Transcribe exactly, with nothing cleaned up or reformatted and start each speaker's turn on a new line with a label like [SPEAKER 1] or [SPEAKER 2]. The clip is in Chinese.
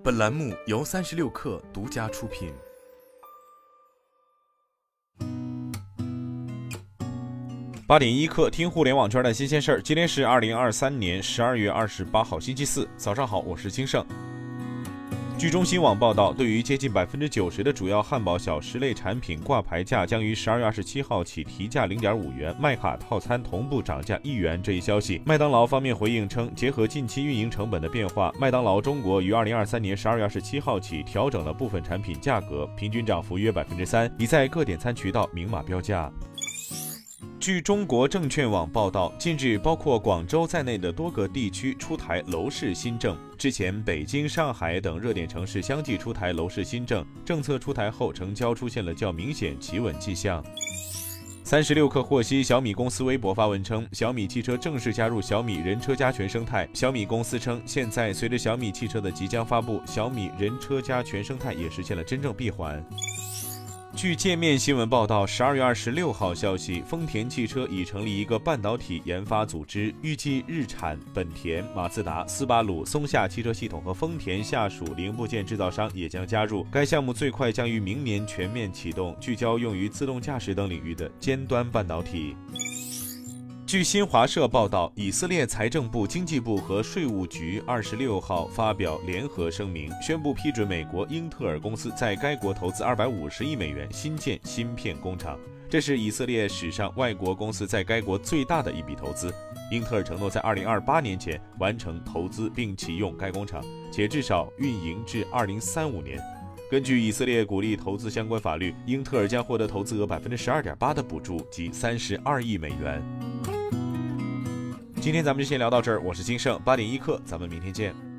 [SPEAKER 1] 本栏目由三十六氪独家出品。
[SPEAKER 2] 八点一刻，听互联网圈的新鲜事儿。今天是二零二三年十二月二十八号，星期四，早上好，我是金盛。据中新网报道，对于接近百分之九十的主要汉堡小食类产品挂牌价将于十二月二十七号起提价零点五元，麦卡套餐同步涨价一元这一消息，麦当劳方面回应称，结合近期运营成本的变化，麦当劳中国于二零二三年十二月二十七号起调整了部分产品价格，平均涨幅约百分之三，已在各点餐渠道明码标价。据中国证券网报道，近日包括广州在内的多个地区出台楼市新政。之前北京、上海等热点城市相继出台楼市新政，政策出台后成交出现了较明显企稳迹象。三十六氪获悉，小米公司微博发文称，小米汽车正式加入小米人车家全生态。小米公司称，现在随着小米汽车的即将发布，小米人车家全生态也实现了真正闭环。据界面新闻报道，十二月二十六号消息，丰田汽车已成立一个半导体研发组织，预计日产、本田、马自达、斯巴鲁、松下汽车系统和丰田下属零部件制造商也将加入。该项目最快将于明年全面启动，聚焦用于自动驾驶等领域的尖端半导体。据新华社报道，以色列财政部、经济部和税务局二十六号发表联合声明，宣布批准美国英特尔公司在该国投资二百五十亿美元新建芯片工厂，这是以色列史上外国公司在该国最大的一笔投资。英特尔承诺在二零二八年前完成投资并启用该工厂，且至少运营至二零三五年。根据以色列鼓励投资相关法律，英特尔将获得投资额百分之十二点八的补助，即三十二亿美元。今天咱们就先聊到这儿，我是金盛，八点一刻，咱们明天见。